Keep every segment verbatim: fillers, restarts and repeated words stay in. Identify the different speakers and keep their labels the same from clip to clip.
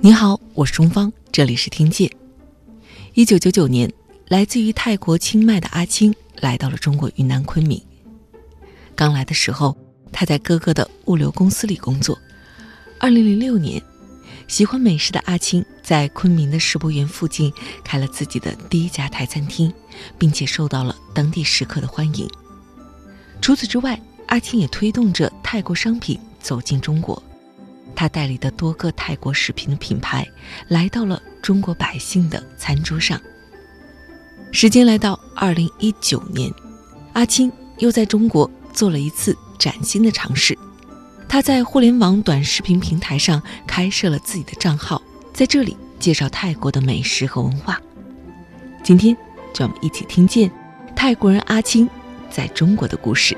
Speaker 1: 你好，我是钟芳，这里是听见。一九九九年，来自于泰国清迈的阿青来到了中国云南昆明。刚来的时候，他在哥哥的物流公司里工作。二零零六年，喜欢美食的阿青在昆明的世博园附近开了自己的第一家泰餐厅，并且受到了当地食客的欢迎。除此之外，阿青也推动着泰国商品走进中国。他代理的多个泰国食品的品牌来到了中国百姓的餐桌上。时间来到二零一九年，阿青又在中国做了一次崭新的尝试。他在互联网短视频平台上开设了自己的账号，在这里介绍泰国的美食和文化。今天就让我们一起听见泰国人阿青在中国的故事。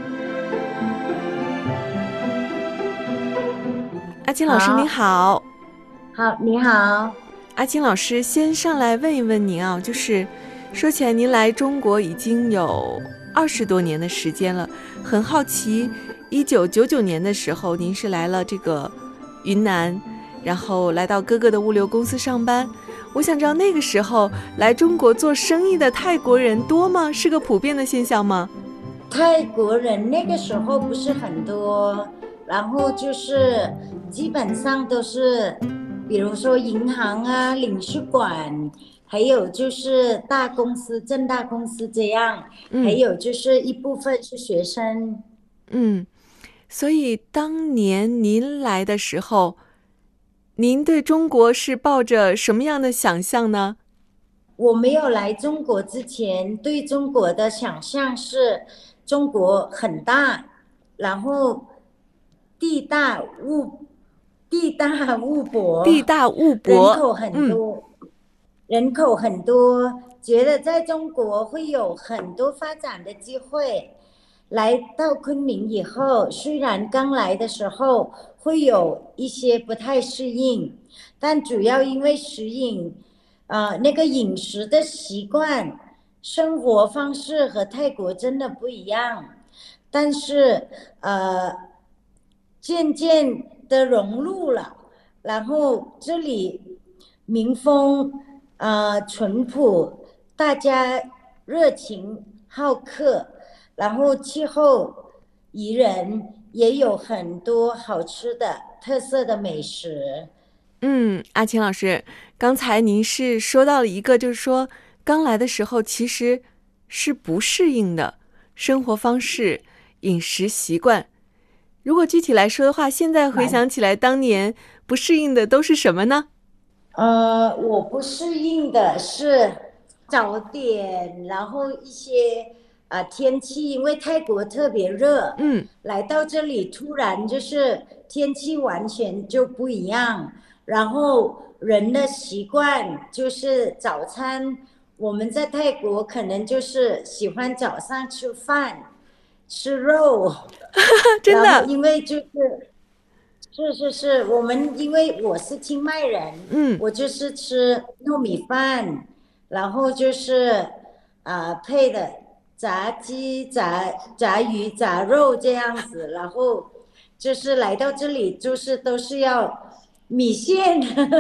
Speaker 1: 阿青老师您好。
Speaker 2: 好，你好。
Speaker 1: 阿青老师，先上来问一问您啊，就是说起来您来中国已经有二十多年的时间了，很好奇一九九九年的时候您是来了这个云南，然后来到哥哥的物流公司上班。我想知道那个时候来中国做生意的泰国人多吗？是个普遍的现象吗？
Speaker 2: 泰国人那个时候不是很多，然后就是基本上都是比如说银行啊、领事馆，还有就是大公司、正大公司这样、嗯、还有就是一部分是学生。
Speaker 1: 嗯，所以当年您来的时候，您对中国是抱着什么样的想象呢？
Speaker 2: 我没有来中国之前，对中国的想象是中国很大，然后地大物地大物博，
Speaker 1: 地大物博，
Speaker 2: 人口很多、嗯，人口很多，觉得在中国会有很多发展的机会。来到昆明以后，虽然刚来的时候会有一些不太适应，但主要因为适应，呃，那个饮食的习惯、生活方式和泰国真的不一样，但是呃，渐渐的融入了，然后这里民风呃淳朴，大家热情好客，然后气候宜人，也有很多好吃的特色的美食。
Speaker 1: 嗯，阿青老师，刚才您是说到了一个，就是说刚来的时候其实是不适应的生活方式、饮食习惯。如果具体来说的话，现在回想起来，当年不适应的都是什么呢？
Speaker 2: 呃，我不适应的是早点，然后一些啊、呃、天气，因为泰国特别热，
Speaker 1: 嗯，
Speaker 2: 来到这里突然就是天气完全就不一样，然后人的习惯就是早餐，我们在泰国可能就是喜欢早上吃饭。吃肉
Speaker 1: 真的，
Speaker 2: 然后因为就是是是是，我们因为我是清迈人，
Speaker 1: 嗯，
Speaker 2: 我就是吃糯米饭，然后就是啊、呃、配的炸鸡、炸炸鱼、炸肉这样子，然后就是来到这里就是都是要米线，米线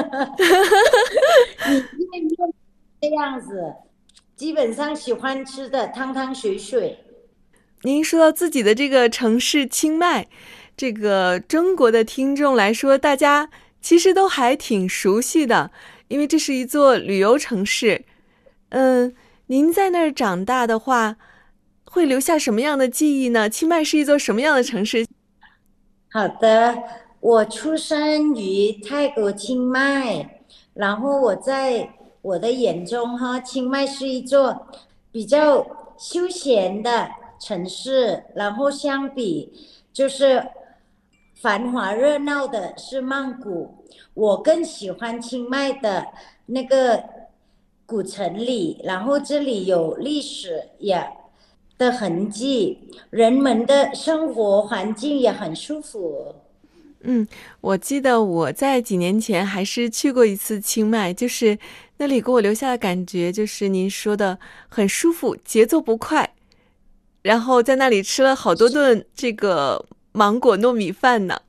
Speaker 2: 面这样子，基本上喜欢吃的汤汤水水。
Speaker 1: 您说到自己的这个城市清迈，这个中国的听众来说，大家其实都还挺熟悉的，因为这是一座旅游城市。嗯，您在那儿长大的话，会留下什么样的记忆呢？清迈是一座什么样的城市？
Speaker 2: 好的，我出生于泰国清迈，然后我在我的眼中哈，清迈是一座比较休闲的城市，然后相比就是繁华热闹的是曼谷，我更喜欢清迈的那个古城里，然后这里有历史也的痕迹，人们的生活环境也很舒服。
Speaker 1: 嗯，我记得我在几年前还是去过一次清迈，就是那里给我留下的感觉就是您说的很舒服，节奏不快，然后在那里吃了好多顿这个芒果糯米饭呢。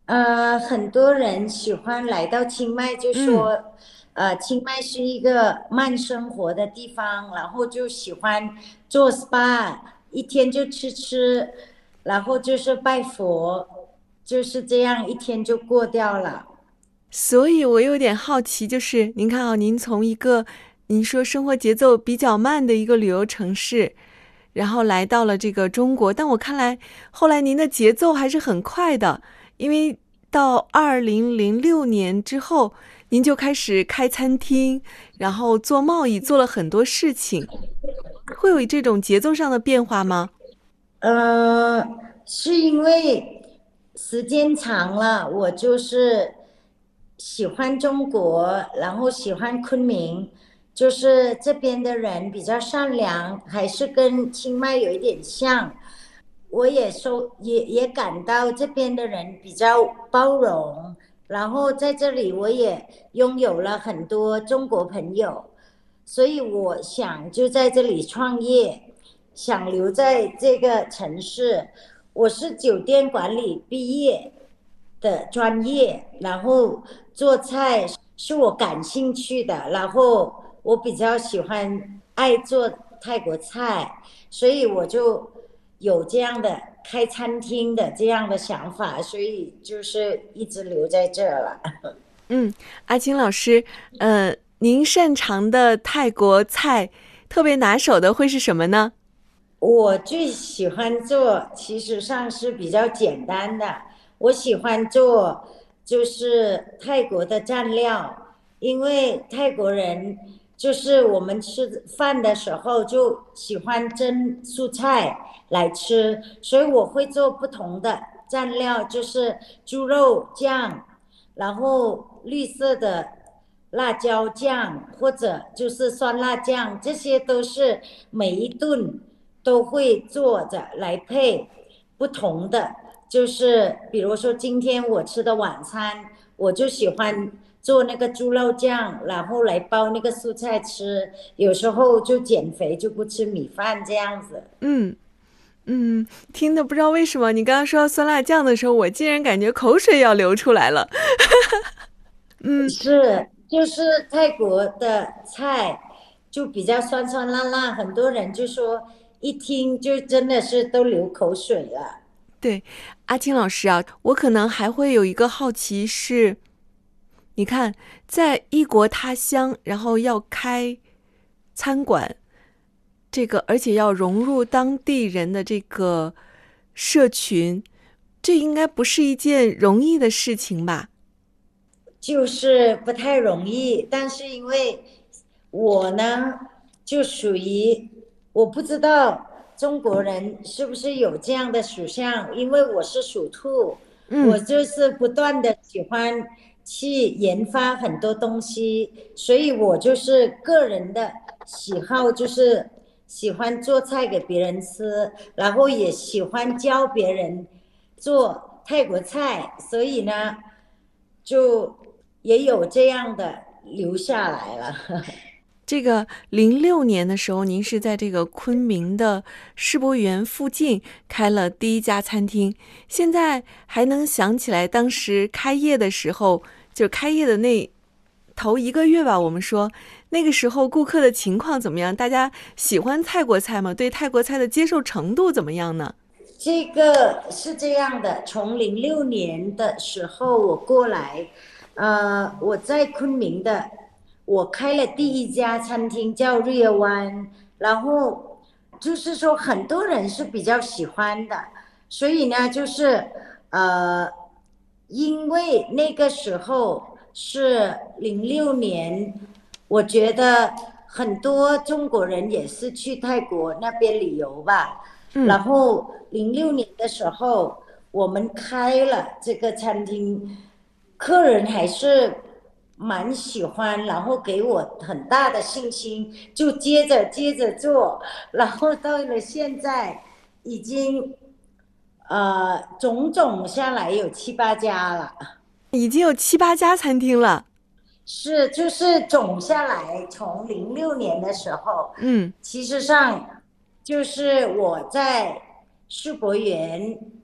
Speaker 2: 呃，很多人喜欢来到清迈，就
Speaker 1: 嗯。
Speaker 2: 说，呃，清迈是一个慢生活的地方，然后就喜欢做 S P A，一天就吃吃，然后就是拜佛，就是这样一天就过掉了。
Speaker 1: 所以我有点好奇，就是您看啊，您从一个您说生活节奏比较慢的一个旅游城市，然后来到了这个中国，但我看来后来您的节奏还是很快的，因为到二零零六年之后，您就开始开餐厅，然后做贸易，做了很多事情，会有这种节奏上的变化吗？
Speaker 2: 呃，是因为时间长了，我就是喜欢中国，然后喜欢昆明，就是这边的人比较善良，还是跟清迈有一点像。我也收也也感到这边的人比较包容，然后在这里我也拥有了很多中国朋友，所以我想就在这里创业，想留在这个城市。我是酒店管理毕业的专业，然后做菜是我感兴趣的，然后我比较喜欢爱做泰国菜，所以我就有这样的开餐厅的这样的想法，所以就是一直留在这儿了。
Speaker 1: 嗯，阿青老师，呃，您擅长的泰国菜，特别拿手的会是什么呢？
Speaker 2: 我最喜欢做，其实上是比较简单的。我喜欢做就是泰国的蘸料，因为泰国人就是我们吃饭的时候就喜欢蒸蔬菜来吃，所以我会做不同的蘸料，就是猪肉酱，然后绿色的辣椒酱，或者就是酸辣酱，这些都是每一顿都会做着来配不同的。就是比如说今天我吃的晚餐，我就喜欢做那个猪肉酱，然后来包那个蔬菜吃。有时候就减肥就不吃米饭这样子。
Speaker 1: 嗯。嗯，听的不知道为什么，你刚刚说到酸辣酱的时候，我竟然感觉口水要流出来了。嗯，
Speaker 2: 是，就是泰国的菜就比较酸酸辣辣，很多人就说一听就真的是都流口水了。
Speaker 1: 对，阿青老师啊，我可能还会有一个好奇是，你看，在异国他乡，然后要开餐馆，这个而且要融入当地人的这个社群，这应该不是一件容易的事情吧？
Speaker 2: 就是不太容易，但是因为我呢，就属于我不知道中国人是不是有这样的属相，因为我是属兔，我
Speaker 1: 嗯。
Speaker 2: 就是不断的喜欢去研发很多东西，所以我就是个人的喜好就是喜欢做菜给别人吃，然后也喜欢教别人做泰国菜，所以呢。就也有这样的留下来了。
Speaker 1: 这个零六年的时候，您是在这个昆明的世博园附近开了第一家餐厅。现在还能想起来当时开业的时候，就开业的那头一个月吧，我们说那个时候顾客的情况怎么样？大家喜欢泰国菜吗？对泰国菜的接受程度怎么样呢？
Speaker 2: 这个是这样的，从零六年的时候我过来，呃，我在昆明的，我开了第一家餐厅叫日月湾，然后就是说很多人是比较喜欢的，所以呢，就是呃，因为那个时候是零六年，我觉得很多中国人也是去泰国那边旅游吧。
Speaker 1: 嗯。
Speaker 2: 然后零六年的时候，我们开了这个餐厅，客人还是蛮喜欢，然后给我很大的信心，就接着接着做，然后到了现在已经呃种种下来有七八家了。
Speaker 1: 已经有七八家餐厅了。
Speaker 2: 是，就是总下来，从零六年的时候，
Speaker 1: 嗯。
Speaker 2: 其实上就是我在世博园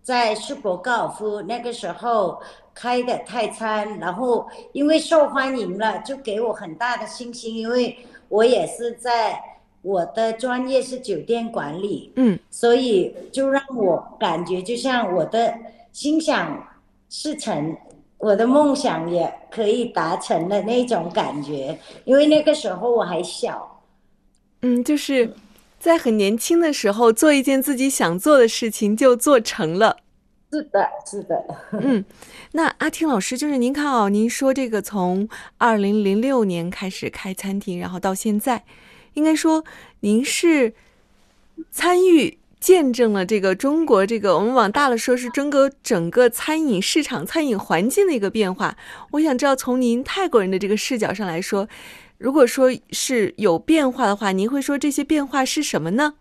Speaker 2: 在世博高尔夫那个时候开的泰餐，然后因为受欢迎了，就给我很大的信心，因为我也是在我的专业是酒店管理，
Speaker 1: 嗯，
Speaker 2: 所以就让我感觉就像我的心想事成，我的梦想也可以达成的那种感觉，因为那个时候我还小。
Speaker 1: 嗯，就是在很年轻的时候做一件自己想做的事情就做成了。
Speaker 2: 是的，是的。
Speaker 1: 嗯，那阿听老师，就是您看啊，您说这个从二零零六年开始开餐厅，然后到现在，应该说您是参与见证了这个中国这个我们往大了说是中国整个餐饮市场、餐饮环境的一个变化。我想知道，从您泰国人的这个视角上来说，如果说是有变化的话，您会说这些变化是什么呢？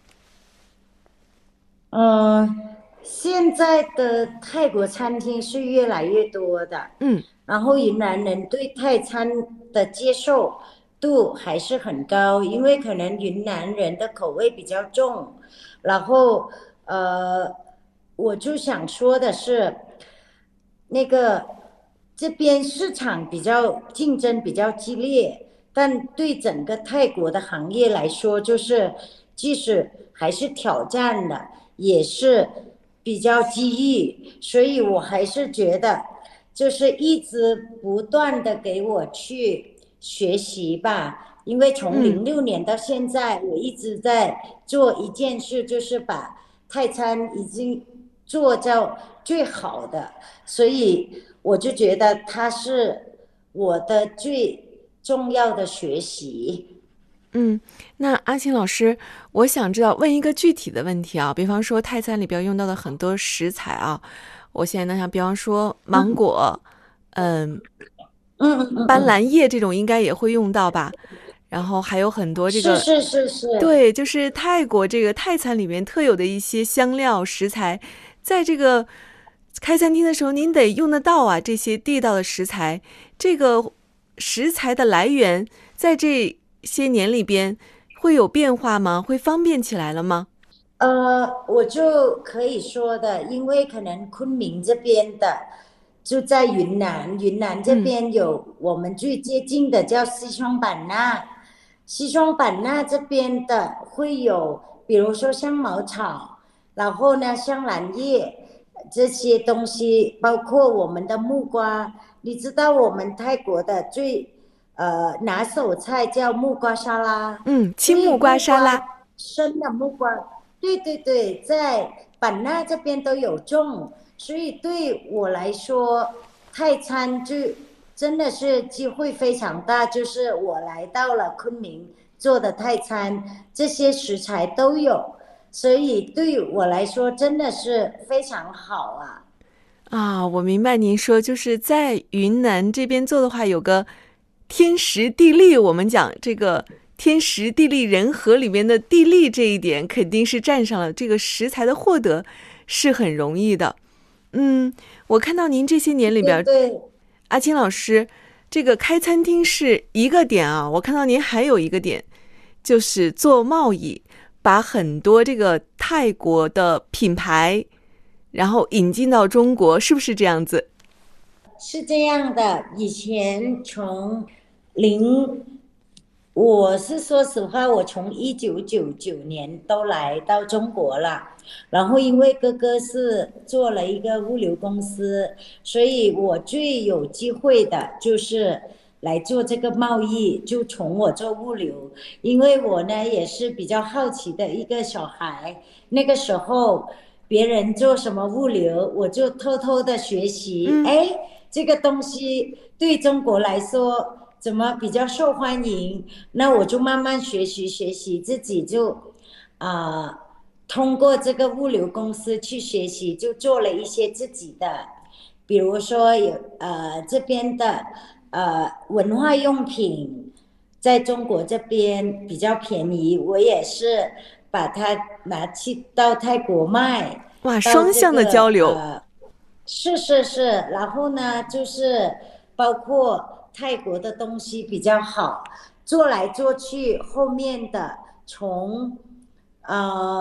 Speaker 2: 嗯，现在的泰国餐厅是越来越多的，
Speaker 1: 嗯，
Speaker 2: 然后云南人对泰餐的接受度还是很高，因为可能云南人的口味比较重，然后呃，我就想说的是，那个这边市场比较竞争比较激烈，但对整个泰国的行业来说，就是即使还是挑战的。也是比较机遇，所以我还是觉得，就是一直不断的给我去学习吧。因为从
Speaker 1: 嗯，
Speaker 2: 零六年到现在，我一直在做一件事，就是把泰餐已经做到最好的，所以我就觉得它是我的最重要的学习。
Speaker 1: 嗯，那阿青老师，我想知道问一个具体的问题啊，比方说泰餐里边用到的很多食材啊，我现在能想，比方说芒果，嗯，
Speaker 2: 嗯嗯嗯
Speaker 1: 斑斓
Speaker 2: 嗯，
Speaker 1: 叶这种应该也会用到吧，然后还有很多这个，
Speaker 2: 是是是是。
Speaker 1: 对，就是泰国这个泰餐里面特有的一些香料食材，在这个开餐厅的时候您得用得到啊，这些地道的食材，这个食材的来源在这些年里边会有变化吗？会方便起来了吗？
Speaker 2: 呃，我就可以说的，因为可能昆明这边的就在云南，云南这
Speaker 1: 嗯，
Speaker 2: 边有我们最接近的叫西双版纳，西双版纳这边的会有，比如说香茅草，然后呢香兰叶这些东西，包括我们的木瓜，你知道我们泰国的最呃拿手菜叫木瓜沙拉，
Speaker 1: 嗯，
Speaker 2: 所以
Speaker 1: 青木瓜
Speaker 2: 木瓜
Speaker 1: 沙拉。
Speaker 2: 生的木瓜。对对对，在版纳这边都有种，所以对我来说，泰餐就真的是机会非常大。就是我来到了昆明做的泰餐，这些食材都有，所以对我来说真的是非常好啊。
Speaker 1: 啊，我明白您说，就是在云南这边做的话，有个天时地利。我们讲这个天时地利人和里面的地利这一点，肯定是占上了。这个食材的获得是很容易的。嗯，我看到您这些年里边，
Speaker 2: 对对。
Speaker 1: 阿青老师，这个开餐厅是一个点啊，我看到您还有一个点，就是做贸易，把很多这个泰国的品牌，然后引进到中国，是不是这样子？
Speaker 2: 是这样的，以前从零，我是说实话，我从一九九九年都来到中国了，然后因为哥哥是做了一个物流公司，所以我最有机会的就是来做这个贸易，就从我做物流，因为我呢也是比较好奇的一个小孩，那个时候别人做什么物流，我就偷偷的学习，
Speaker 1: 嗯。
Speaker 2: 哎。这个东西对中国来说怎么比较受欢迎？那我就慢慢学习学习，自己就啊、呃通过这个物流公司去学习，就做了一些自己的，比如说有呃这边的呃文化用品，在中国这边比较便宜，我也是把它拿去到泰国卖，
Speaker 1: 哇，
Speaker 2: 到
Speaker 1: 双向的
Speaker 2: 这个
Speaker 1: 交流。
Speaker 2: 呃。是是是，然后呢，就是包括泰国的东西比较好，做来做去，后面的从呃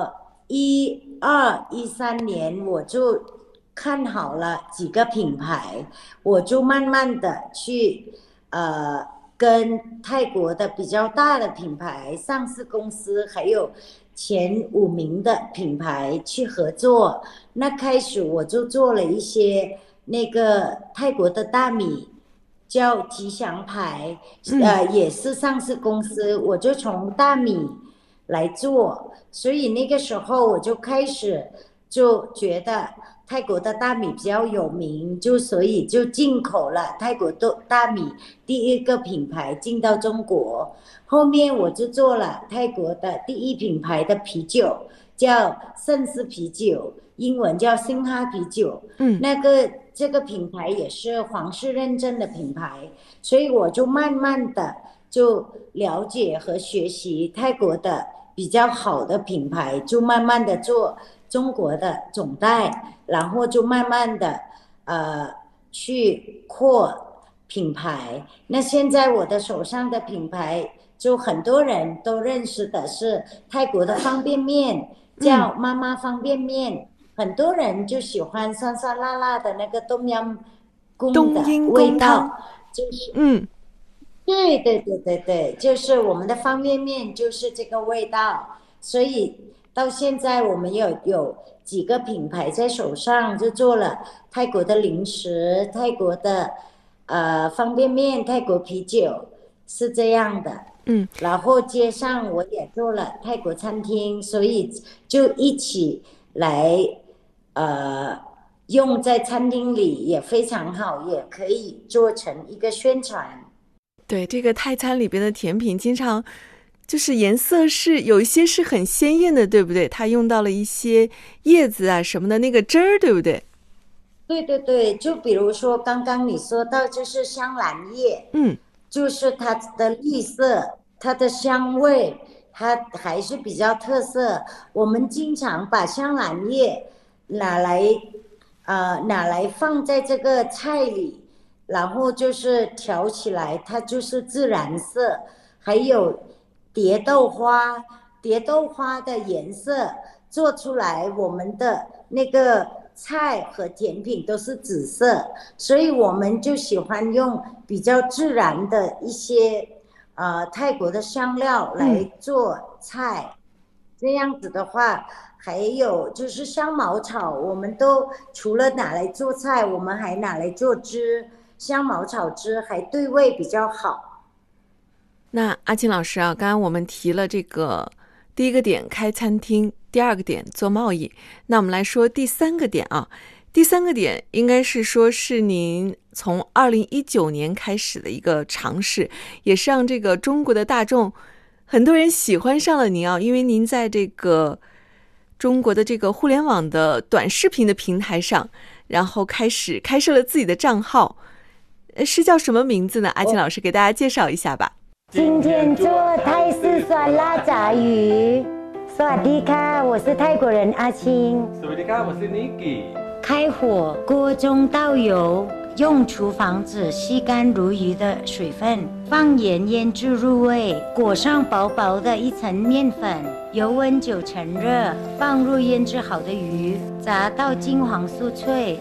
Speaker 2: 一二一三年我就看好了几个品牌，我就慢慢的去呃跟泰国的比较大的品牌、上市公司，还有前五名的品牌去合作。那开始我就做了一些那个泰国的大米，叫吉祥牌，
Speaker 1: 嗯
Speaker 2: 呃，也是上市公司，我就从大米来做，所以那个时候我就开始就觉得泰国的大米比较有名，就所以就进口了泰国的大米第一个品牌进到中国。后面我就做了泰国的第一品牌的啤酒，叫圣斯啤酒，英文叫星哈啤酒。
Speaker 1: 嗯
Speaker 2: 那个这个品牌也是皇室认证的品牌，所以我就慢慢的就了解和学习泰国的比较好的品牌，就慢慢的做中国的总代，然后就慢慢的呃去扩品牌。那现在我的手上的品牌，就很多人都认识的是泰国的方便面，
Speaker 1: 嗯，
Speaker 2: 叫妈妈方便面。很多人就喜欢酸酸辣辣的那个冬阴功
Speaker 1: 冬
Speaker 2: 的
Speaker 1: 阴功汤。
Speaker 2: 味道，就是
Speaker 1: 嗯
Speaker 2: 对对对对对，就是我们的方便面就是这个味道，所以到现在我们有有几个品牌在手上，就做了泰国的零食、泰国的呃方便面、泰国啤酒，是这样的。
Speaker 1: 嗯。
Speaker 2: 然后街上我也做了泰国餐厅，所以就一起来呃用在餐厅里也非常好，也可以做成一个宣传。
Speaker 1: 对，这个泰餐里边的甜品经常就是颜色是有一些是很鲜艳的，对不对？它用到了一些叶子啊什么的那个汁儿，对不对？
Speaker 2: 对对对，就比如说刚刚你说到，就是香兰叶，
Speaker 1: 嗯
Speaker 2: 就是它的绿色，它的香味，它还是比较特色。我们经常把香兰叶拿来，呃，拿来放在这个菜里，然后就是调起来，它就是自然色。还有蝶豆花，蝶豆花的颜色做出来，我们的那个菜和甜品都是紫色，所以我们就喜欢用比较自然的一些呃泰国的香料
Speaker 1: 嗯。
Speaker 2: 来做菜。这样子的话，还有就是香茅草，我们都除了拿来做菜，我们还拿来做汁，香茅草汁还对胃比较好。
Speaker 1: 那阿青老师啊，刚刚我们提了这个第一个点开餐厅，第二个点做贸易，那我们来说第三个点啊。第三个点应该是说是您从二零一九年开始的一个尝试，也是让这个中国的大众很多人喜欢上了您啊，因为您在这个中国的这个互联网的短视频的平台上，然后开始开设了自己的账号，呃是叫什么名字呢？阿青老师给大家介绍一下吧。
Speaker 2: 今天做泰式酸辣炸鱼。สวัสดีค่ะ，我是泰国人阿青。
Speaker 3: สวัสดีครับ我是 Niki。
Speaker 2: 开火，锅中倒油，用厨房纸吸干鲈鱼的水分，放盐腌制入味，裹上薄薄的一层面粉，油温九成热，放入腌制好的鱼，炸到金黄酥脆。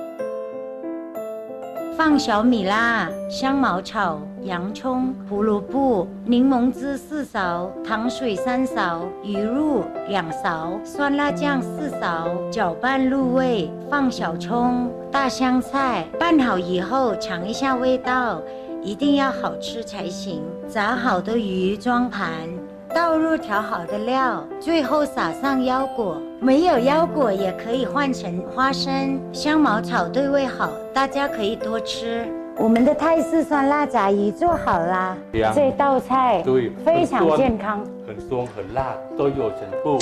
Speaker 2: 放小米辣、香茅草、洋葱、胡萝卜、柠檬汁四勺，糖水三勺，鱼露两勺，酸辣酱四勺，搅拌入味，放小葱、大香菜，拌好以后尝一下味道，一定要好吃才行。炸好的鱼装盘，倒入调好的料，最后撒上腰果，没有腰果也可以换成花生、香茅草对味好，大家可以多吃。我们的泰式酸辣炸鱼做好啦，这道菜
Speaker 3: 对，
Speaker 2: 非常健康，
Speaker 3: 很酸很辣，都有全部。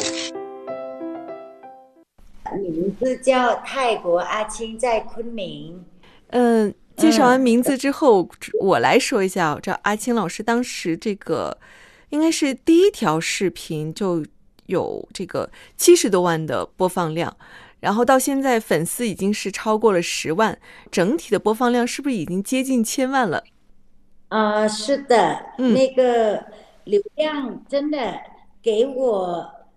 Speaker 2: 名字叫泰国阿青，在昆明。
Speaker 1: 嗯，介绍完名字之后，嗯、我来说一下，这阿青老师当时这个应该是第一条视频就有这个七十多万的播放量，然后到现在粉丝已经是超过了十万，整体的播放量是不是已经接近千万了？
Speaker 2: 呃，是的，
Speaker 1: 嗯、
Speaker 2: 那个流量真的给我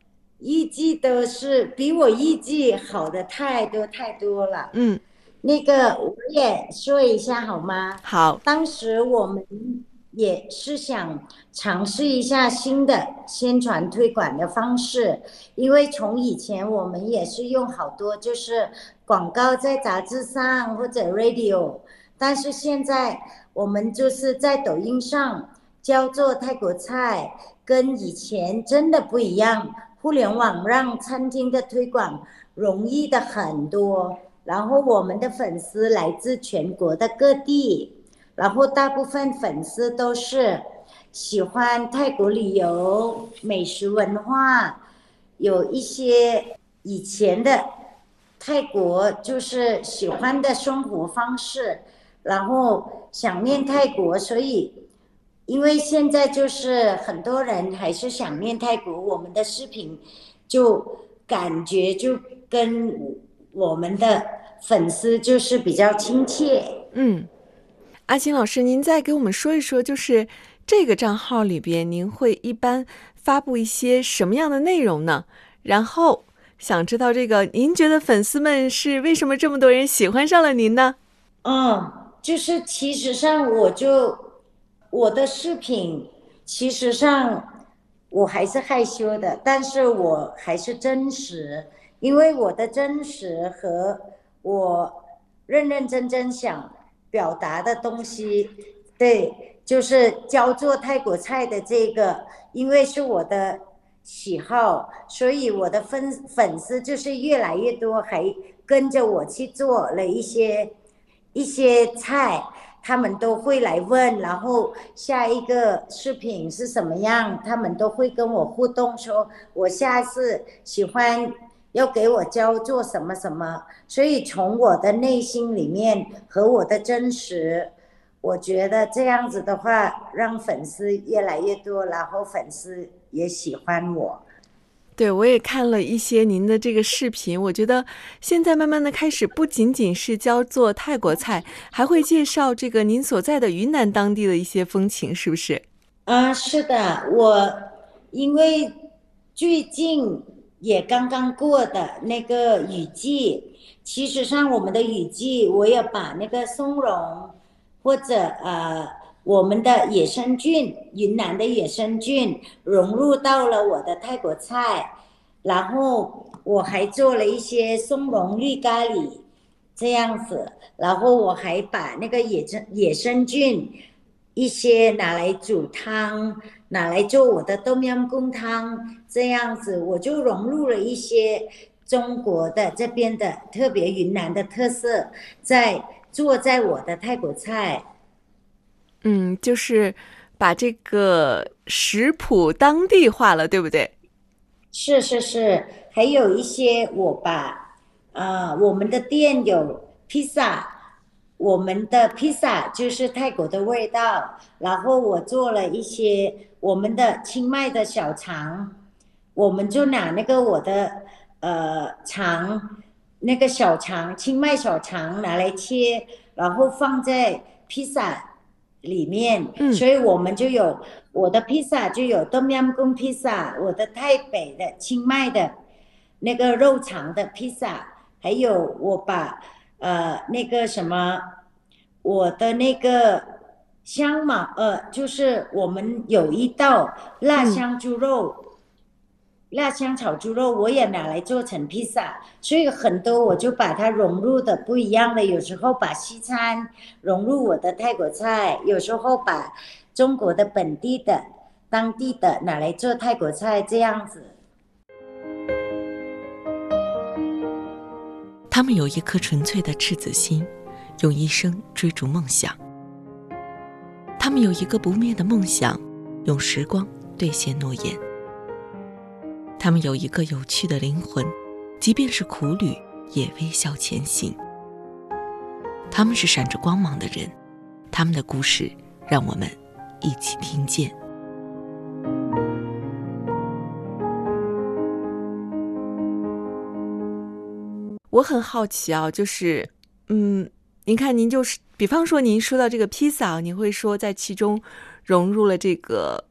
Speaker 2: 艺伎都是比我艺伎好的太多太多了。
Speaker 1: 嗯，
Speaker 2: 那个我也说一下好吗？
Speaker 1: 好。
Speaker 2: 当时我们也是想尝试一下新的宣传推广的方式，因为从以前我们也是用好多就是广告在杂志上或者 radio， 但是现在我们就是在抖音上教做泰国菜，跟以前真的不一样。互联网让餐厅的推广容易的很多，然后我们的粉丝来自全国的各地，然后大部分粉丝都是喜欢泰国旅游、美食文化，有一些以前的泰国就是喜欢的生活方式，然后想念泰国，所以因为现在就是很多人还是想念泰国，我们的视频就感觉就跟我们的粉丝就是比较亲切。
Speaker 1: 嗯，阿青老师，您再给我们说一说，就是这个账号里边您会一般发布一些什么样的内容呢？然后想知道这个您觉得粉丝们是为什么这么多人喜欢上了您呢？
Speaker 2: 嗯，就是其实上我就我的视频其实上我还是害羞的，但是我还是真实，因为我的真实和我认认真真想表达的东西，对，就是教做泰国菜的这个，因为是我的喜好，所以我的粉粉丝就是越来越多，还跟着我去做了一些一些菜，他们都会来问，然后下一个视频是什么样，他们都会跟我互动，说我下次喜欢要给我教做什么什么，所以从我的内心里面和我的真实，我觉得这样子的话，让粉丝越来越多，然后粉丝也喜欢我。
Speaker 1: 对，我也看了一些您的这个视频，我觉得现在慢慢的开始不仅仅是教做泰国菜，还会介绍这个您所在的云南当地的一些风情，是不是？
Speaker 2: 啊，是的，我因为最近也刚刚过的那个雨季，其实上我们的雨季，我也把那个松茸或者呃我们的野生菌，云南的野生菌融入到了我的泰国菜，然后我还做了一些松茸绿咖喱这样子，然后我还把那个野生野生菌一些拿来煮汤，拿来做我的冬阴功汤，这样子我就融入了一些中国的这边的特别云南的特色，在做在我的泰国菜。
Speaker 1: 嗯，就是把这个食谱当地化了，对不对？
Speaker 2: 是是是，还有一些我把呃我们的店有披萨，我们的披萨就是泰国的味道，然后我做了一些我们的清迈的小肠，我们就拿那个我的呃肠，那个小肠清迈小肠拿来切，然后放在披萨里面，
Speaker 1: 嗯，
Speaker 2: 所以我们就有我的披萨就有冬阴功披萨，我的台北的清迈的那个肉肠的披萨，还有我把呃那个什么我的那个香茅呃就是我们有一道辣香猪肉。嗯，辣香炒猪肉我也拿来做成披萨，所以很多我就把它融入的不一样的，有时候把西餐融入我的泰国菜，有时候把中国的本地的当地的拿来做泰国菜，这样子。
Speaker 1: 他们有一颗纯粹的赤子心，用一生追逐梦想。他们有一个不灭的梦想，用时光兑现诺言。他们有一个有趣的灵魂，即便是苦旅也微笑前行。他们是闪着光芒的人，他们的故事让我们一起听见。我很好奇啊，就是嗯，您看您就是比方说您说到这个披萨，您会说在其中融入了这个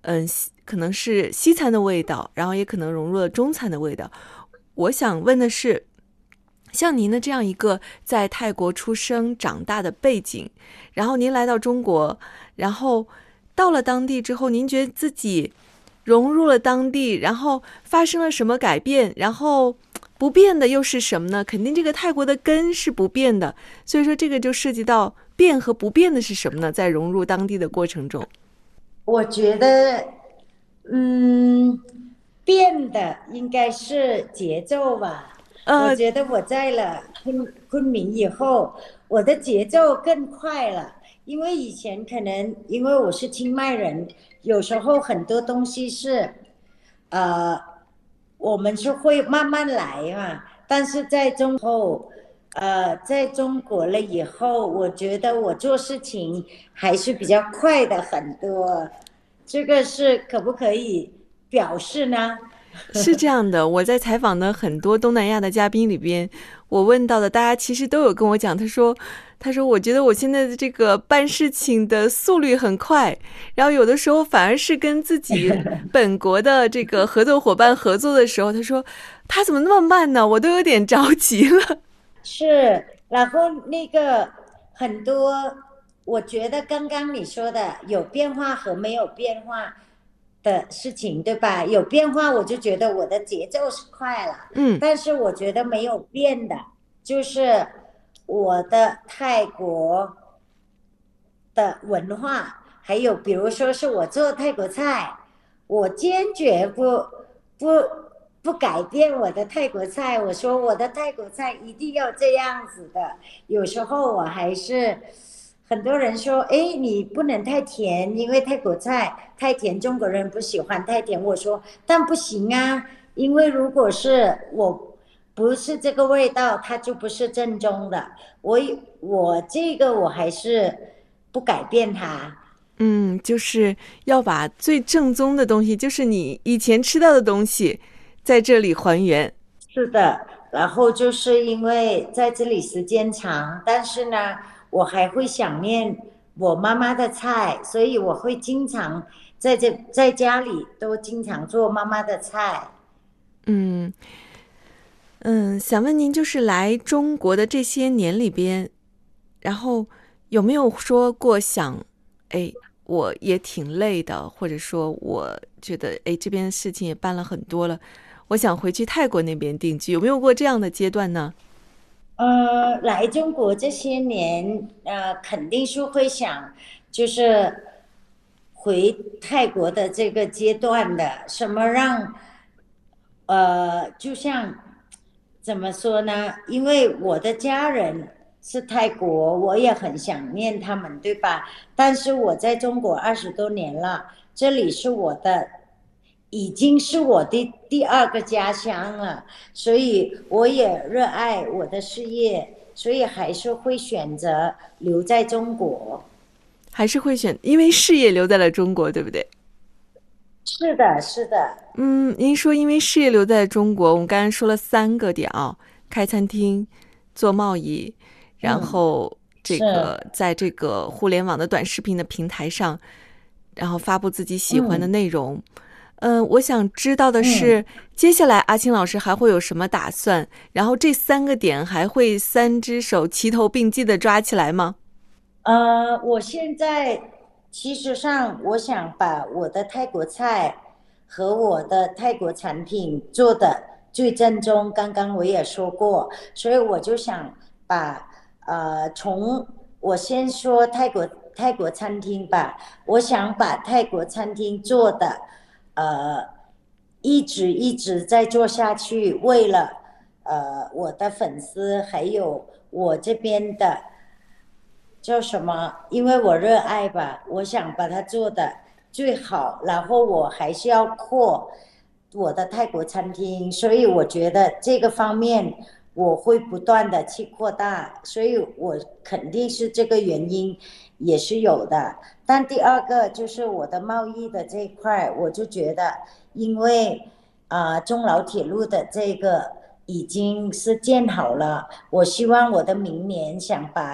Speaker 1: 嗯，可能是西餐的味道，然后也可能融入了中餐的味道。我想问的是，像您的这样一个在泰国出生长大的背景，然后您来到中国，然后到了当地之后，您觉得自己融入了当地，然后发生了什么改变，然后不变的又是什么呢？肯定这个泰国的根是不变的，所以说这个就涉及到变和不变的是什么呢？在融入当地的过程中，
Speaker 2: 我觉得，嗯，变的应该是节奏吧。我
Speaker 1: 呃，
Speaker 2: 觉得我在了昆昆明以后，我的节奏更快了。因为以前可能因为我是清迈人，有时候很多东西是，呃，我们是会慢慢来嘛。但是在中后，呃，在中国了以后，我觉得我做事情还是比较快的很多。这个是可不可以表示呢？
Speaker 1: 是这样的，我在采访的很多东南亚的嘉宾里边，我问到的大家其实都有跟我讲，他说，他说我觉得我现在的这个办事情的速率很快，然后有的时候反而是跟自己本国的这个合作伙伴合作的时候，他说他怎么那么慢呢？我都有点着急了。
Speaker 2: 是，然后那个很多，我觉得刚刚你说的有变化和没有变化的事情，对吧？有变化，我就觉得我的节奏是快了，
Speaker 1: 嗯，
Speaker 2: 但是我觉得没有变的，就是我的泰国的文化，还有比如说是我做泰国菜，我坚决不不不改变我的泰国菜。我说我的泰国菜一定要这样子的。有时候我还是很多人说，哎，你不能太甜，因为泰国菜太甜，中国人不喜欢太甜。我说，但不行啊，因为如果是我不是这个味道，它就不是正宗的。我我这个我还是不改变它。
Speaker 1: 嗯，就是要把最正宗的东西，就是你以前吃到的东西，在这里还原。
Speaker 2: 是的，然后就是因为在这里时间长，但是呢，我还会想念我妈妈的菜，所以我会经常在这在家里都经常做妈妈的菜。
Speaker 1: 嗯嗯，想问您，就是来中国的这些年里边，然后有没有说过想，哎，我也挺累的，或者说我觉得，哎，这边事情也办了很多了，我想回去泰国那边定居，有没有过这样的阶段呢？
Speaker 2: 呃，来中国这些年，呃，肯定是会想，就是回泰国的这个阶段的，什么让，呃，就像怎么说呢？因为我的家人是泰国，我也很想念他们，对吧？但是我在中国二十多年了，这里是我的，已经是我的第二个家乡了。所以我也热爱我的事业，所以还是会选择留在中国。
Speaker 1: 还是会选，因为事业留在了中国，对不对？
Speaker 2: 是的，是的。
Speaker 1: 嗯，您说因为事业留在中国，我们刚才说了三个点啊，开餐厅、做贸易，然
Speaker 2: 嗯，
Speaker 1: 后这
Speaker 2: 是。
Speaker 1: 个在这个互联网的短视频的平台上，然后发布自己喜欢的
Speaker 2: 嗯
Speaker 1: 内容。嗯，我想知道的
Speaker 2: 嗯。
Speaker 1: 是，接下来阿青老师还会有什么打算？然后这三个点还会三只手齐头并进的抓起来吗？
Speaker 2: 呃，我现在其实上，我想把我的泰国菜和我的泰国产品做的最正宗。刚刚我也说过，所以我就想把呃，从我先说泰国泰国餐厅吧。我想把泰国餐厅做的呃，一直一直在做下去，为了呃我的粉丝还有我这边的。叫什么？因为我热爱吧，我想把它做的最好，然后我还是要扩我的泰国餐厅，所以我觉得这个方面我会不断的去扩大，所以我肯定是这个原因也是有的。但第二个就是我的贸易的这一块，我就觉得，因为啊、呃中老铁路的这个已经是建好了，我希望我的明年想把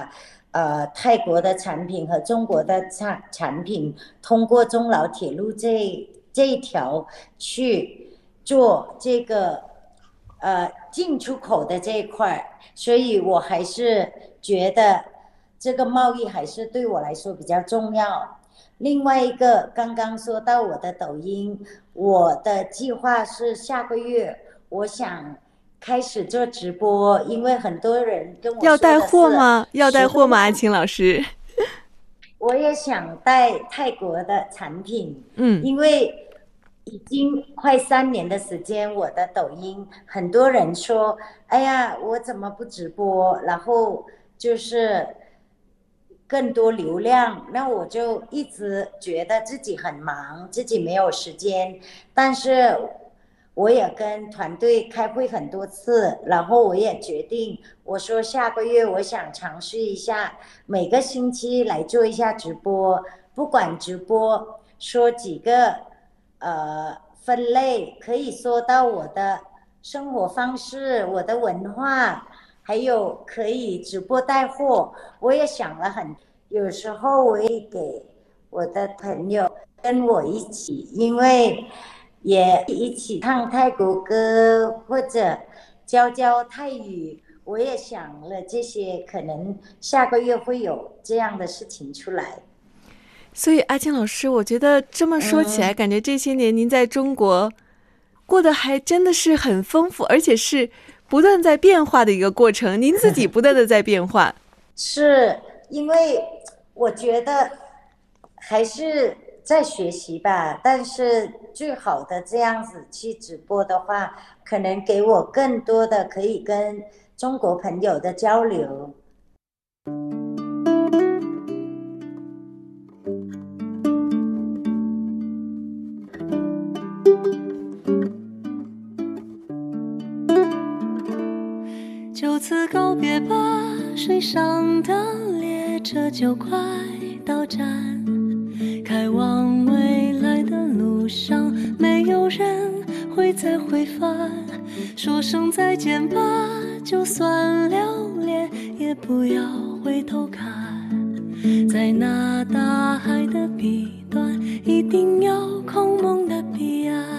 Speaker 2: 呃泰国的产品和中国的产产品通过中老铁路这这一条去做这个呃进出口的这一块，所以我还是觉得这个贸易还是对我来说比较重要。另外一个，刚刚说到我的抖音，我的计划是下个月我想开始做直播，因为很多人跟我说的是
Speaker 1: 要带货吗？要带货吗？阿青老师，
Speaker 2: 我也想带泰国的产品，
Speaker 1: 嗯，
Speaker 2: 因为已经快三年的时间，我的抖音很多人说，哎呀，我怎么不直播？然后就是更多流量，那我就一直觉得自己很忙，自己没有时间。但是我也跟团队开会很多次，然后我也决定，我说下个月我想尝试一下，每个星期来做一下直播，不管直播说几个呃分类，可以说到我的生活方式、我的文化。还有可以直播带货，我也想了很，有时候我也给我的朋友跟我一起，因为也一起唱泰国歌或者教教泰语，我也想了这些，可能下个月会有这样的事情出来。
Speaker 1: 所以阿青老师，我觉得这么说起来，嗯、感觉这些年您在中国过得还真的是很丰富，而且是不断在变化的一个过程，您自己不断的在变化。
Speaker 2: 是因为我觉得还是在学习吧，但是最好的这样子去直播的话，可能给我更多的可以跟中国朋友的交流。
Speaker 4: 就此告别吧，水上的列车就快到站，开往未来的路上，没有人会再回返。说声再见吧，就算留恋，也不要回头看。在那大海的彼端，一定有空梦的彼岸。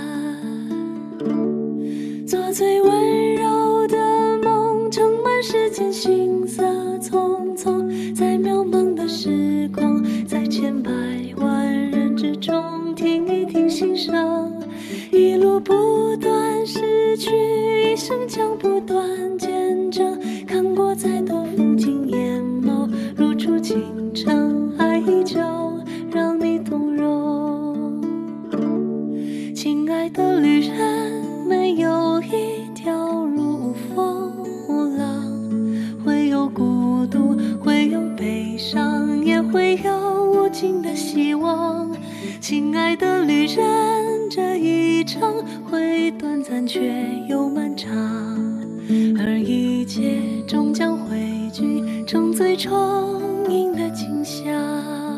Speaker 4: 做最温柔的梦，盛满世间行色匆匆，在渺茫的时光，在千百万人之中，听一听心声，一路不断逝去，一生将不断见证，看过再多风景，眼眸如初清晨，爱依旧让你动容。亲爱的旅人，没有一条路无风浪，会有孤独，会有悲伤，也会有无尽的希望。亲爱的旅人，这一程会短暂却又漫长，而一切终将汇聚成最充盈的景象。